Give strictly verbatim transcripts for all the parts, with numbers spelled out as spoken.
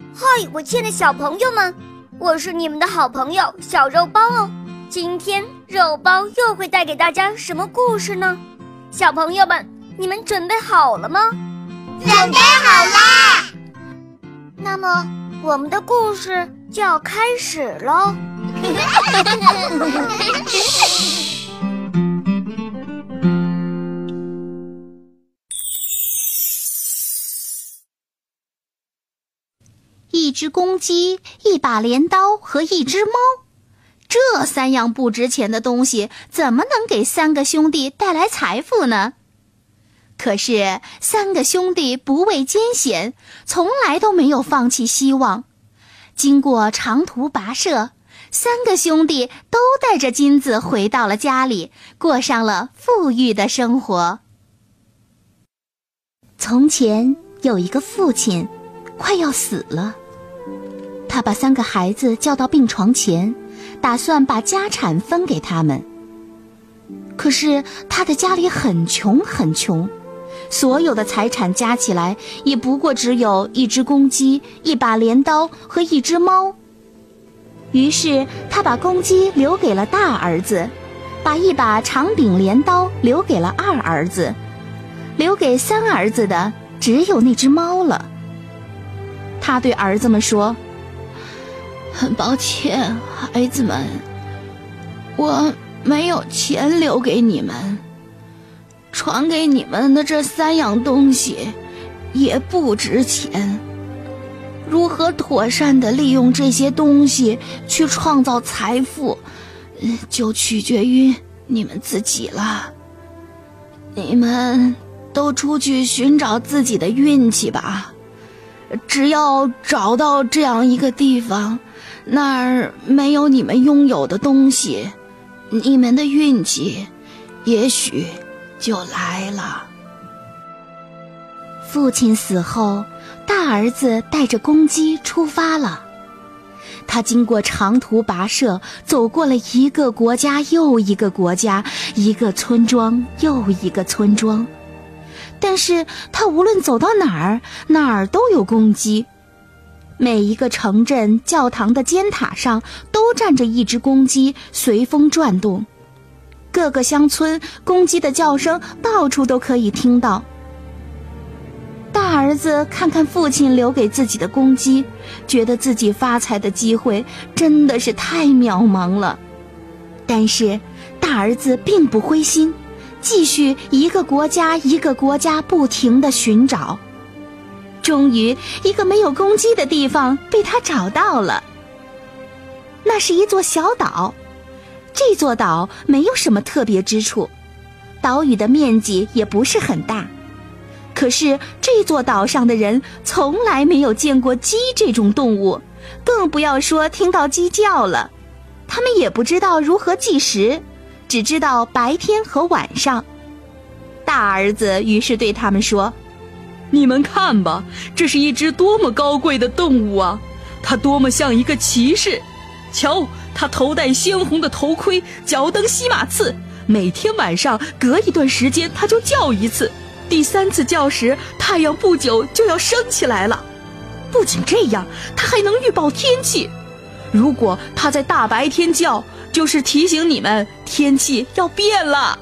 嗨，我亲爱的小朋友们，我是你们的好朋友小肉包哦。今天肉包又会带给大家什么故事呢？小朋友们，你们准备好了吗？ 准备好啦！ 那么我们的故事就要开始咯。 一只公鸡，一把镰刀和一只猫，这三样不值钱的东西怎么能给三个兄弟带来财富呢？可是三个兄弟不畏艰险，从来都没有放弃希望。经过长途跋涉，三个兄弟都带着金子回到了家里，过上了富裕的生活。从前有一个父亲快要死了，他把三个孩子叫到病床前，打算把家产分给他们。可是他的家里很穷很穷，所有的财产加起来也不过只有一只公鸡，一把镰刀和一只猫。于是他把公鸡留给了大儿子，把一把长柄镰刀留给了二儿子，留给三儿子的只有那只猫了。他对儿子们说：很抱歉，孩子们，我没有钱留给你们，传给你们的这三样东西也不值钱。如何妥善地利用这些东西去创造财富，就取决于你们自己了。你们都出去寻找自己的运气吧。只要找到这样一个地方，那儿没有你们拥有的东西，你们的运气也许就来了。父亲死后，大儿子带着公鸡出发了。他经过长途跋涉，走过了一个国家又一个国家，一个村庄又一个村庄。但是他无论走到哪儿，哪儿都有公鸡。每一个城镇、教堂的尖塔上都站着一只公鸡，随风转动。各个乡村，公鸡的叫声到处都可以听到。大儿子看看父亲留给自己的公鸡，觉得自己发财的机会真的是太渺茫了。但是大儿子并不灰心，继续一个国家一个国家不停地寻找。终于一个没有公鸡的地方被他找到了。那是一座小岛，这座岛没有什么特别之处，岛屿的面积也不是很大。可是这座岛上的人从来没有见过鸡这种动物，更不要说听到鸡叫了。他们也不知道如何计时，只知道白天和晚上。大儿子于是对他们说： 你们看吧，这是一只多么高贵的动物啊！它多么像一个骑士！瞧，它头戴鲜红的头盔，脚蹬西马刺，每天晚上隔一段时间它就叫一次，第三次叫时，太阳不久就要升起来了。不仅这样，它还能预报天气。如果它在大白天叫，就是提醒你们天气要变了。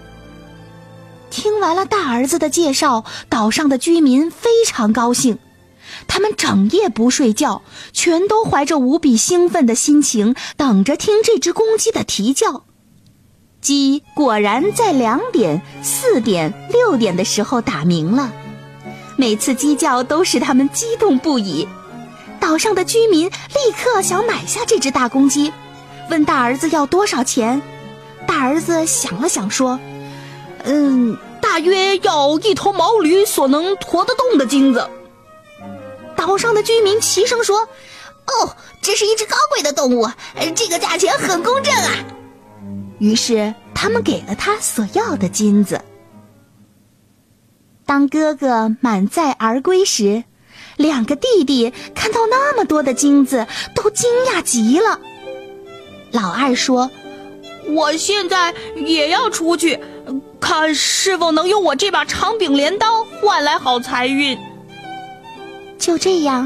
听完了大儿子的介绍，岛上的居民非常高兴，他们整夜不睡觉，全都怀着无比兴奋的心情，等着听这只公鸡的啼叫。鸡果然在两点、四点、六点的时候打鸣了，每次鸡叫都使他们激动不已。岛上的居民立刻想买下这只大公鸡，问大儿子要多少钱。大儿子想了想说：嗯，大约要一头毛驴所能驮得动的金子。岛上的居民齐声说：哦，这是一只高贵的动物，这个价钱很公正啊。于是他们给了他所要的金子。当哥哥满载而归时，两个弟弟看到那么多的金子，都惊讶极了。老二说：我现在也要出去，看是否能用我这把长柄镰刀换来好财运。就这样，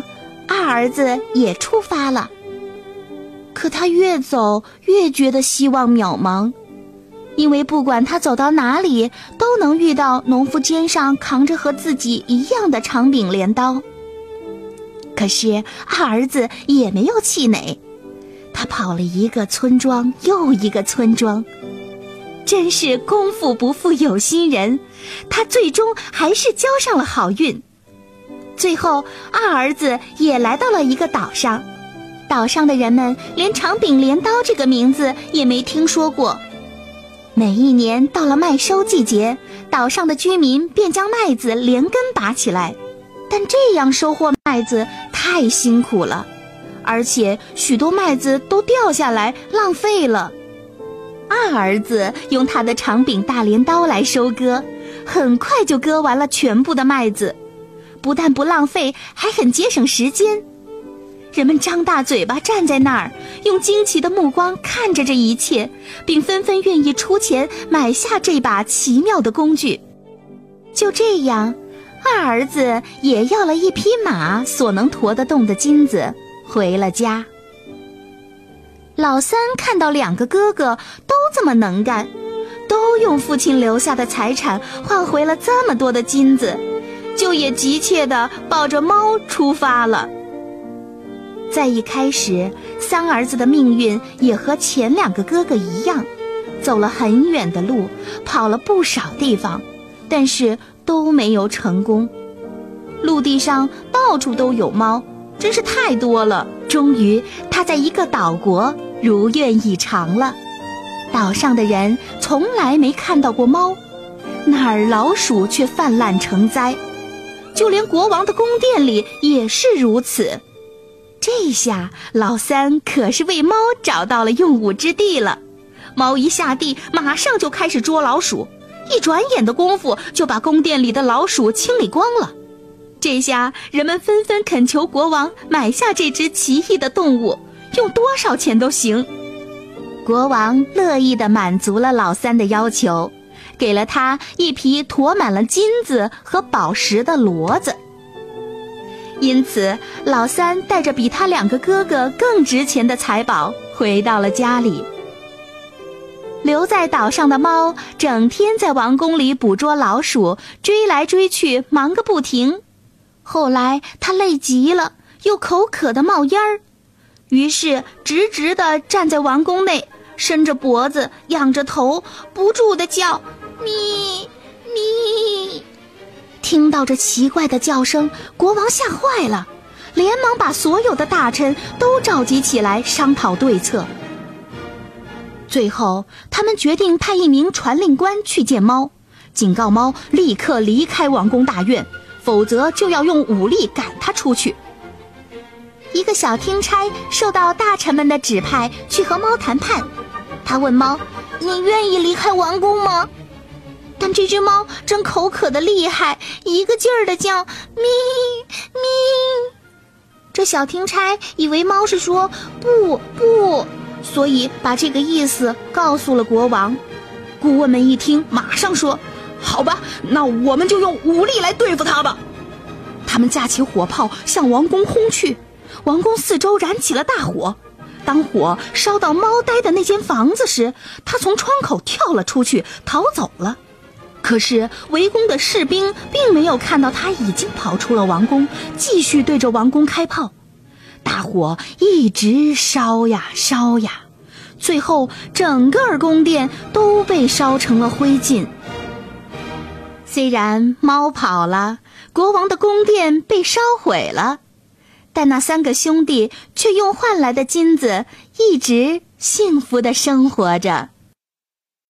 二儿子也出发了。可他越走越觉得希望渺茫，因为不管他走到哪里，都能遇到农夫肩上扛着和自己一样的长柄镰刀。可是二儿子也没有气馁，他跑了一个村庄又一个村庄，真是功夫不负有心人，他最终还是交上了好运。最后二儿子也来到了一个岛上，岛上的人们连长柄镰刀这个名字也没听说过。每一年到了麦收季节，岛上的居民便将麦子连根拔起来，但这样收获麦子太辛苦了，而且许多麦子都掉下来浪费了。二儿子用他的长柄大镰刀来收割，很快就割完了全部的麦子，不但不浪费，还很节省时间。人们张大嘴巴站在那儿，用惊奇的目光看着这一切，并纷纷愿意出钱买下这把奇妙的工具。就这样，二儿子也要了一匹马所能驮得动的金子，回了家。老三看到两个哥哥都这么能干，都用父亲留下的财产换回了这么多的金子，就也急切地抱着猫出发了。在一开始，三儿子的命运也和前两个哥哥一样，走了很远的路，跑了不少地方，但是都没有成功。陆地上到处都有猫，真是太多了。终于他在一个岛国如愿以偿了。岛上的人从来没看到过猫，那儿老鼠却泛滥成灾，就连国王的宫殿里也是如此。这下老三可是为猫找到了用武之地了。猫一下地，马上就开始捉老鼠，一转眼的功夫就把宫殿里的老鼠清理光了。这下人们纷纷恳求国王买下这只奇异的动物，用多少钱都行。国王乐意地满足了老三的要求，给了他一匹驮满了金子和宝石的骡子。因此老三带着比他两个哥哥更值钱的财宝回到了家里。留在岛上的猫整天在王宫里捕捉老鼠，追来追去，忙个不停。后来他累极了，又口渴的冒烟儿，于是直直地站在王宫内，伸着脖子，仰着头，不住地叫咪咪。听到这奇怪的叫声，国王吓坏了，连忙把所有的大臣都召集起来商讨对策。最后他们决定派一名传令官去见猫，警告猫立刻离开王宫大院，否则就要用武力赶他出去。一个小听差受到大臣们的指派去和猫谈判，他问猫：你愿意离开王宫吗？但这只猫真口渴的厉害，一个劲儿地叫咪咪。这小听差以为猫是说不不，所以把这个意思告诉了国王。顾问们一听，马上说：好吧，那我们就用武力来对付他吧。他们架起火炮向王宫轰去，王宫四周燃起了大火。当火烧到猫待的那间房子时，他从窗口跳了出去，逃走了。可是围攻的士兵并没有看到他已经跑出了王宫，继续对着王宫开炮。大火一直烧呀烧呀，最后整个宫殿都被烧成了灰烬。虽然猫跑了，国王的宫殿被烧毁了，但那三个兄弟却用换来的金子一直幸福地生活着。